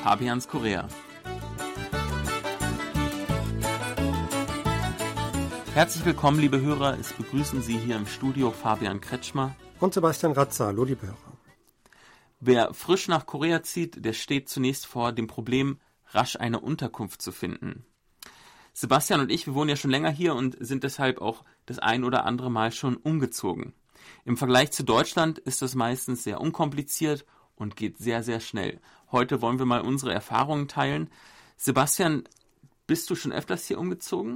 Fabians Korea. Herzlich willkommen, liebe Hörer. Es begrüßen Sie hier im Studio Fabian Kretschmer und Sebastian Ratzer. Hallo, liebe Hörer. Wer frisch nach Korea zieht, der steht zunächst vor dem Problem, rasch eine Unterkunft zu finden. Sebastian und ich, wir wohnen ja schon länger hier und sind deshalb auch das ein oder andere Mal schon umgezogen. Im Vergleich zu Deutschland ist das meistens sehr unkompliziert und geht sehr, sehr schnell. Heute wollen wir mal unsere Erfahrungen teilen. Sebastian, bist du schon öfters hier umgezogen?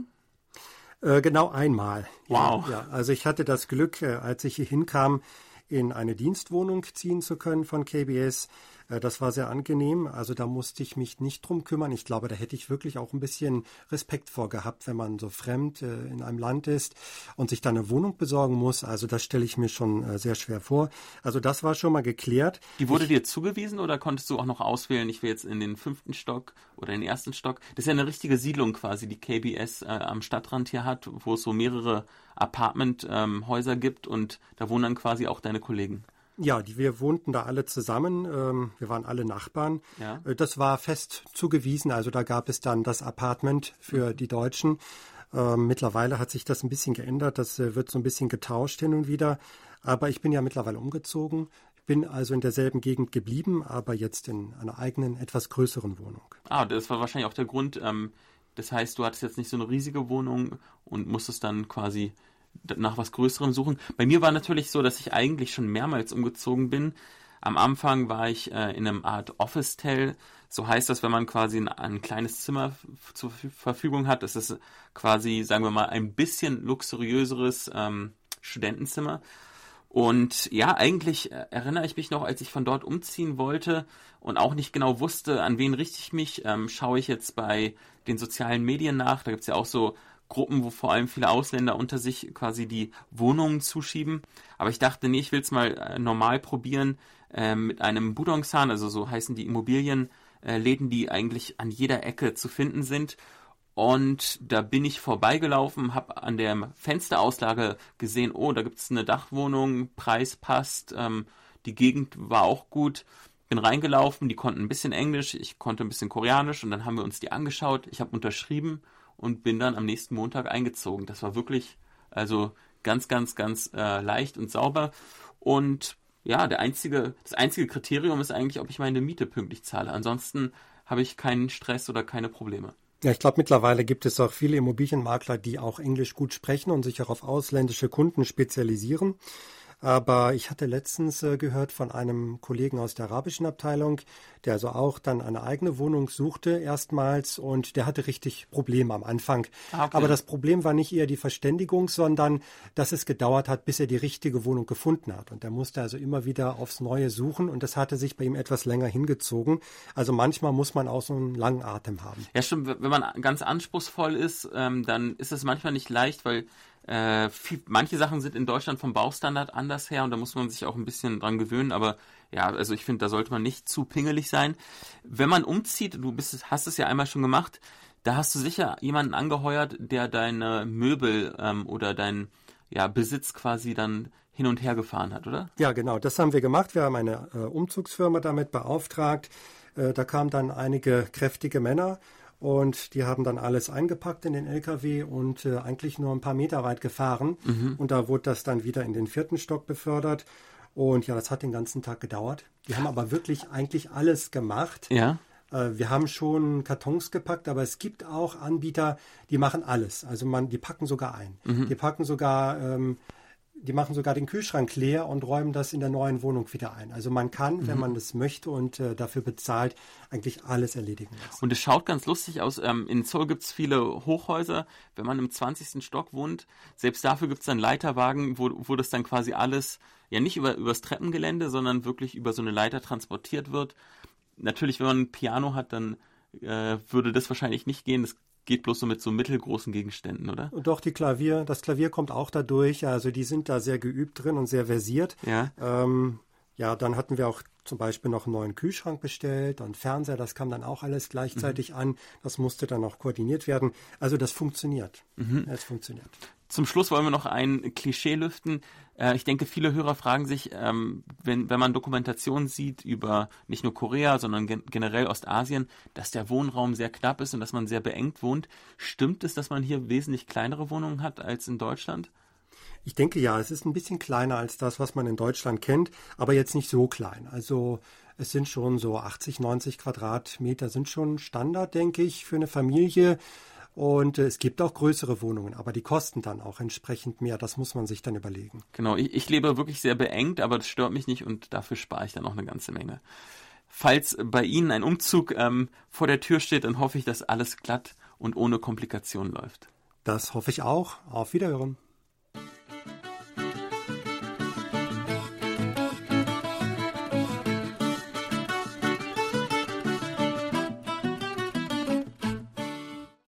Genau einmal. Wow. Ja, also ich hatte das Glück, als ich hier hinkam, in eine Dienstwohnung ziehen zu können von KBS. Das war sehr angenehm. Also da musste ich mich nicht drum kümmern. Ich glaube, da hätte ich wirklich auch ein bisschen Respekt vor gehabt, wenn man so fremd in einem Land ist und sich dann eine Wohnung besorgen muss. Also das stelle ich mir schon sehr schwer vor. Also das war schon mal geklärt. Die wurde dir zugewiesen oder konntest du auch noch auswählen, ich will jetzt in den 5. Stock oder in den 1. Stock? Das ist ja eine richtige Siedlung quasi, die KBS am Stadtrand hier hat, wo es so mehrere Apartmenthäuser gibt und da wohnen dann quasi auch deine Kollegen. Ja, wir wohnten da alle zusammen. Wir waren alle Nachbarn. Ja. Das war fest zugewiesen. Also da gab es dann das Apartment für die Deutschen. Mittlerweile hat sich das ein bisschen geändert. Das wird so ein bisschen getauscht hin und wieder. Aber ich bin ja mittlerweile umgezogen. Ich bin also in derselben Gegend geblieben, aber jetzt in einer eigenen, etwas größeren Wohnung. Das war wahrscheinlich auch der Grund. Das heißt, du hattest jetzt nicht so eine riesige Wohnung und musstest dann quasi nach was Größerem suchen. Bei mir war natürlich so, dass ich eigentlich schon mehrmals umgezogen bin. Am Anfang war ich in einem Art Office-Tel. So heißt das, wenn man quasi ein kleines Zimmer zur Verfügung hat. Das ist quasi, sagen wir mal, ein bisschen luxuriöseres Studentenzimmer. Und ja, eigentlich erinnere ich mich noch, als ich von dort umziehen wollte und auch nicht genau wusste, an wen richte ich mich, schaue ich jetzt bei den sozialen Medien nach. Da gibt es ja auch so Gruppen, wo vor allem viele Ausländer unter sich quasi die Wohnungen zuschieben. Aber ich dachte, nee, ich will es mal normal probieren mit einem Budongshan, also so heißen die Immobilienläden, die eigentlich an jeder Ecke zu finden sind. Und da bin ich vorbeigelaufen, habe an der Fensterauslage gesehen, oh, da gibt es eine Dachwohnung, Preis passt, die Gegend war auch gut. Bin reingelaufen, die konnten ein bisschen Englisch, ich konnte ein bisschen Koreanisch und dann haben wir uns die angeschaut. Ich habe unterschrieben und bin dann am nächsten Montag eingezogen. Das war wirklich also ganz, ganz, ganz leicht und sauber. Und ja, das einzige Kriterium ist eigentlich, ob ich meine Miete pünktlich zahle. Ansonsten habe ich keinen Stress oder keine Probleme. Ja, ich glaube, mittlerweile gibt es auch viele Immobilienmakler, die auch Englisch gut sprechen und sich auch auf ausländische Kunden spezialisieren. Aber ich hatte letztens gehört von einem Kollegen aus der arabischen Abteilung, der also auch dann eine eigene Wohnung suchte erstmals und der hatte richtig Probleme am Anfang. Okay. Aber das Problem war nicht eher die Verständigung, sondern dass es gedauert hat, bis er die richtige Wohnung gefunden hat. Und er musste also immer wieder aufs Neue suchen und das hatte sich bei ihm etwas länger hingezogen. Also manchmal muss man auch so einen langen Atem haben. Ja, stimmt. Wenn man ganz anspruchsvoll ist, dann ist es manchmal nicht leicht, weil manche Sachen sind in Deutschland vom Baustandard anders her und da muss man sich auch ein bisschen dran gewöhnen, aber ja, also ich finde, da sollte man nicht zu pingelig sein. Wenn man umzieht, hast es ja einmal schon gemacht, da hast du sicher jemanden angeheuert, der deine Möbel oder deinen Besitz quasi dann hin und her gefahren hat, oder? Ja, genau, das haben wir gemacht. Wir haben eine Umzugsfirma damit beauftragt. Da kamen dann einige kräftige Männer. Und die haben dann alles eingepackt in den LKW und eigentlich nur ein paar Meter weit gefahren. Und da wurde das dann wieder in den 4. Stock befördert. Und ja, das hat den ganzen Tag gedauert. Die haben aber wirklich eigentlich alles gemacht. Ja. Wir haben schon Kartons gepackt, aber es gibt auch Anbieter, die machen alles. Also die packen sogar ein. Die machen sogar den Kühlschrank leer und räumen das in der neuen Wohnung wieder ein. Also man kann, wenn man das möchte und dafür bezahlt, eigentlich alles erledigen lassen. Und es schaut ganz lustig aus. In Seoul gibt es viele Hochhäuser. Wenn man im 20. Stock wohnt, selbst dafür gibt es dann Leiterwagen, wo das dann quasi alles ja nicht übers Treppengelände, sondern wirklich über so eine Leiter transportiert wird. Natürlich, wenn man ein Piano hat, dann würde das wahrscheinlich nicht gehen. Das geht bloß so mit so mittelgroßen Gegenständen, oder? Und doch, das Klavier kommt auch dadurch. Also die sind da sehr geübt drin und sehr versiert. Ja. Dann hatten wir auch zum Beispiel noch einen neuen Kühlschrank bestellt und Fernseher, das kam dann auch alles gleichzeitig an. Das musste dann auch koordiniert werden. Also das funktioniert. Es funktioniert. Zum Schluss wollen wir noch ein Klischee lüften. Ich denke, viele Hörer fragen sich, wenn man Dokumentationen sieht über nicht nur Korea, sondern generell Ostasien, dass der Wohnraum sehr knapp ist und dass man sehr beengt wohnt. Stimmt es, dass man hier wesentlich kleinere Wohnungen hat als in Deutschland? Ich denke ja, es ist ein bisschen kleiner als das, was man in Deutschland kennt, aber jetzt nicht so klein. Also es sind schon so 80, 90 Quadratmeter sind schon Standard, denke ich, für eine Familie. Und es gibt auch größere Wohnungen, aber die kosten dann auch entsprechend mehr. Das muss man sich dann überlegen. Genau, ich lebe wirklich sehr beengt, aber das stört mich nicht und dafür spare ich dann auch eine ganze Menge. Falls bei Ihnen ein Umzug vor der Tür steht, dann hoffe ich, dass alles glatt und ohne Komplikationen läuft. Das hoffe ich auch. Auf Wiederhören.